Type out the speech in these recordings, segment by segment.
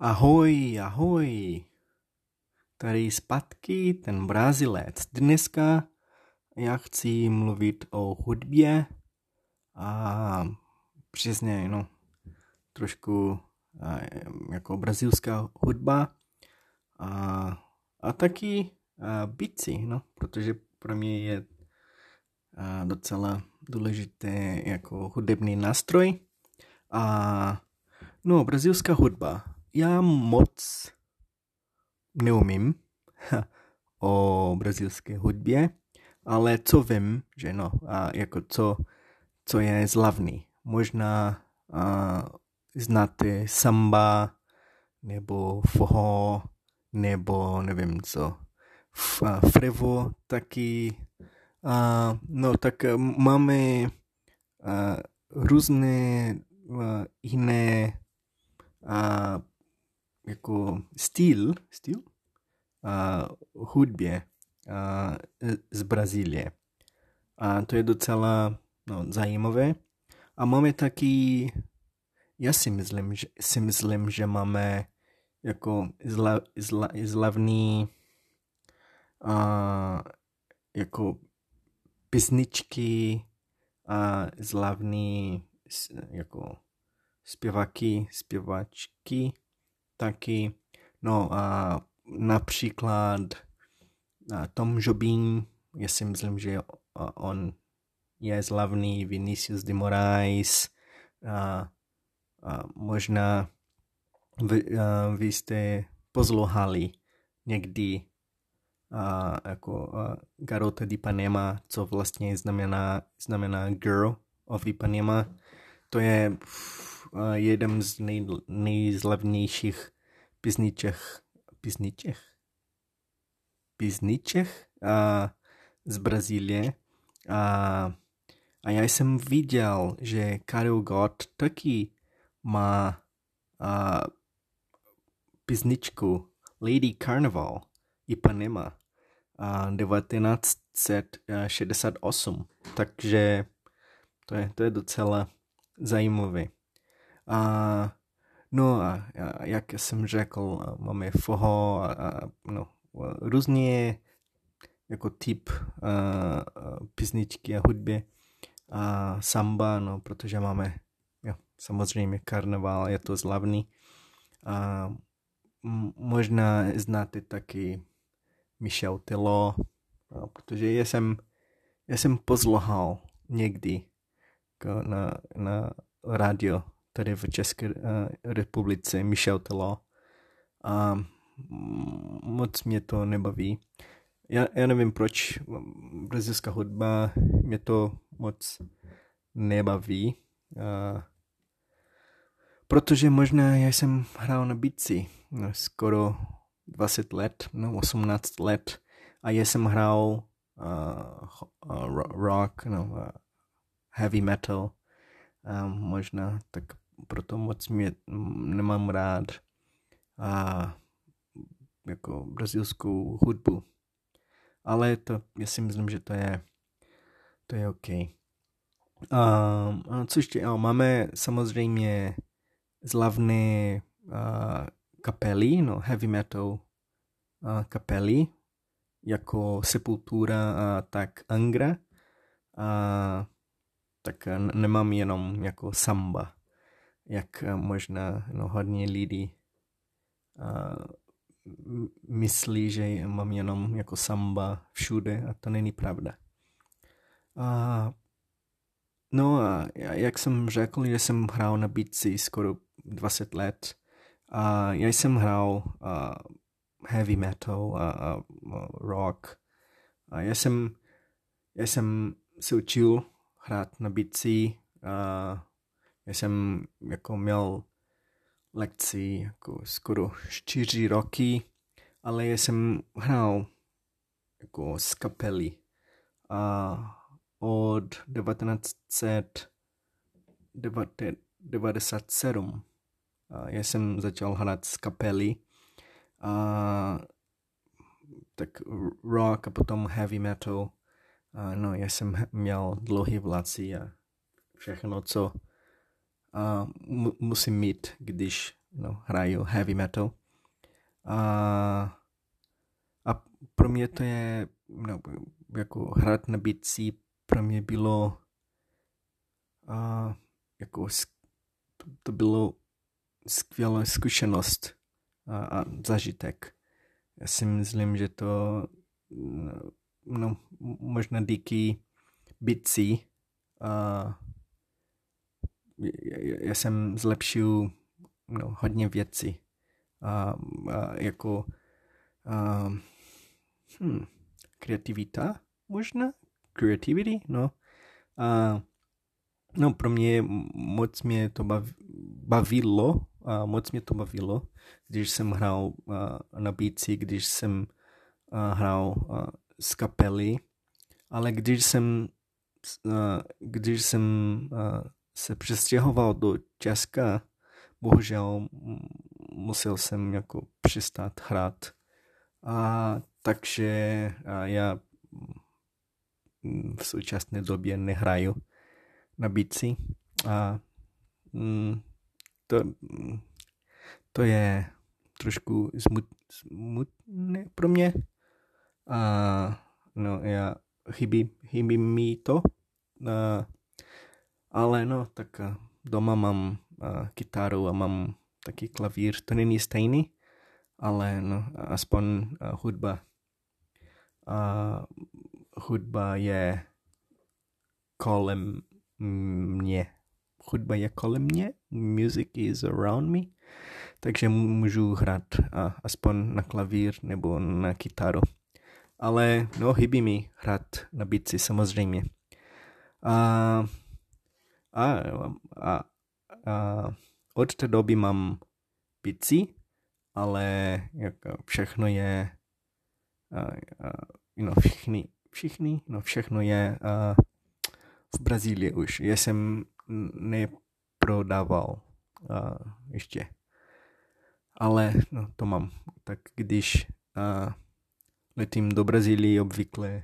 Ahoj, ahoj. Tady zpátky ten Brazilec. Dneska já chci mluvit o hudbě a přesně, trošku jako brazilská hudba a taky bicí, protože pro mě je docela důležité jako hudební nástroj. Brazilská hudba. Já moc neumím o brazilské hudbě, ale co vím, že jako co je slavný. Možná znáte samba, nebo forró, nebo nevím co. Frevo taky. Tak máme různé jiné jako styl hudbě z Brazílie. A to je docela zajímavé. A máme taky, já si myslím, že máme jako slavný jako písničky a slavný jako zpěvačky taky. Například Tom Jobim, já si myslím, že on je slavný, Vinicius de Moraes, možná vy jste poslouchali někdy jako Garota de Ipanema, co vlastně znamená Girl of Ipanema. To je jeden z nejslavnějších písniček z Brazílie. A já jsem viděl, že Karel Gott taky má písničku Lady Carnival Ipanema 1968. Takže to je docela zajímavé. Jak jsem řekl, máme forró různě jako typ písničky a hudby a samba, protože máme samozřejmě karneval, je to slavný. Možná znáte taky Michel Teló, protože já jsem poslouchal někdy na rádio tady v České republice Michel Teló a moc mě to nebaví. Já nevím proč, brazilská hudba mě to moc nebaví, protože možná já jsem hrál na bicí skoro 20 let, 18 let a já jsem hrál rock, heavy metal, možná, tak proto moc mě nemám rád jako brazilskou hudbu. Ale já si myslím, že to je OK. Co ještě? Máme samozřejmě slavné kapely, heavy metal kapely, jako Sepultura a tak Angra. Tak nemám jenom jako samba, jak možná hodně lidí myslí, že mám jenom jako samba všude a to není pravda. Jak jsem řekl, že jsem hrál na bicí skoro 20 let a já jsem hrál heavy metal a rock a já jsem se učil hrát na bicí a já jsem jako měl lekci jako skoro 4 roky, ale já jsem hrál jako z kapely od 1997. Já jsem začal hrát z kapely tak rock a potom heavy metal. Já jsem měl dlouhé vlasy a všechno, co musím mít, když hraju heavy metal. A pro mě to je, jako hrát na bicí pro mě bylo jako to bylo skvělá zkušenost a zážitek. Já si myslím, že to možná díky bicí já jsem zlepšil hodně věcí. Jako kreativita možná? Creativity? No, pro mě moc mě to bavilo, když jsem hrál na bicí, když jsem hrál z kapely, ale když jsem se přestěhoval do Česka, bohužel musel jsem jako přestat hrát. Takže já v současné době nehraju na bicí. To je trošku smutné pro mě. Chybí mi to. Ale tak doma mám kytaru a mám taky klavír. To není stejný, ale aspoň hudba je kolem mě. Music is around me. Takže můžu hrát aspoň na klavír nebo na kytaru. Ale chybí mi hrát na bicí samozřejmě. Od té doby mám bicí, ale všechno je všechno je v Brazílii už. Já jsem neprodával ještě. Ale to mám. Tak když letím do Brazílie obvykle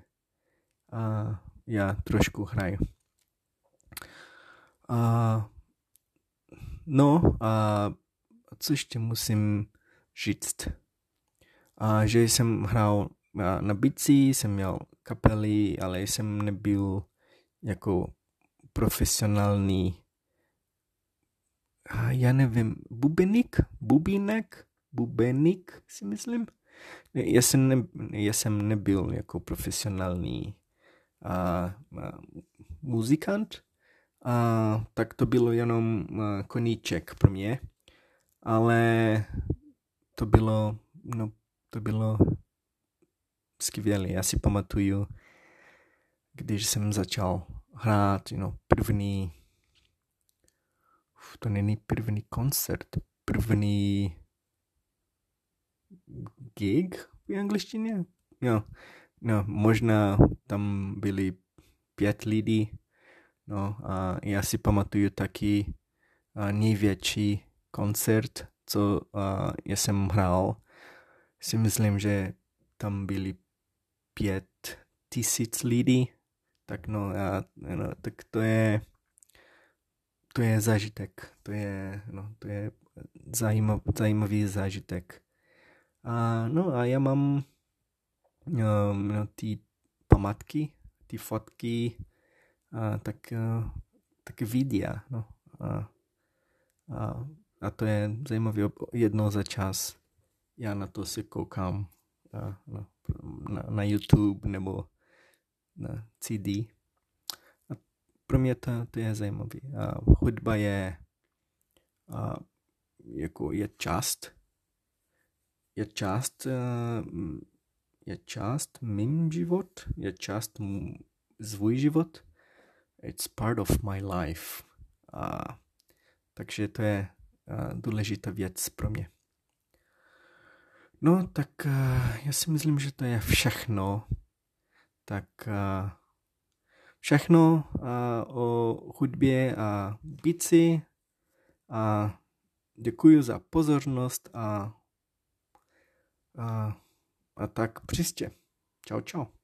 já trošku hraju. Co ještě musím říct? Že jsem hrál na bicí, jsem měl kapely, ale jsem nebyl jako profesionální já nevím, bubeník si myslím. Já jsem nebyl jako profesionální muzikant, tak to bylo jenom koníček pro mě, ale to bylo skvělé. Já si pamatuju, když jsem začal hrát, první, to není první koncert, první gig v angličtině. Možná tam byli 5 lidí. A já si pamatuju taky největší koncert, co já jsem hrál. Si myslím, že tam byli 5,000 lidí. Tak tak to je zážitek. To je zajímavý zážitek. A já mám ty památky, ty fotky, tak videa. A to je zajímavé jednou za čas. Já na to si koukám na YouTube nebo na CD. A pro mě to je zajímavé. Hudba je část mým život, je část svůj život. It's part of my life. Takže to je důležitá věc pro mě. Tak já si myslím, že to je všechno. Tak všechno o hudbě a bicí. Děkuji za pozornost a tak příště. Čau.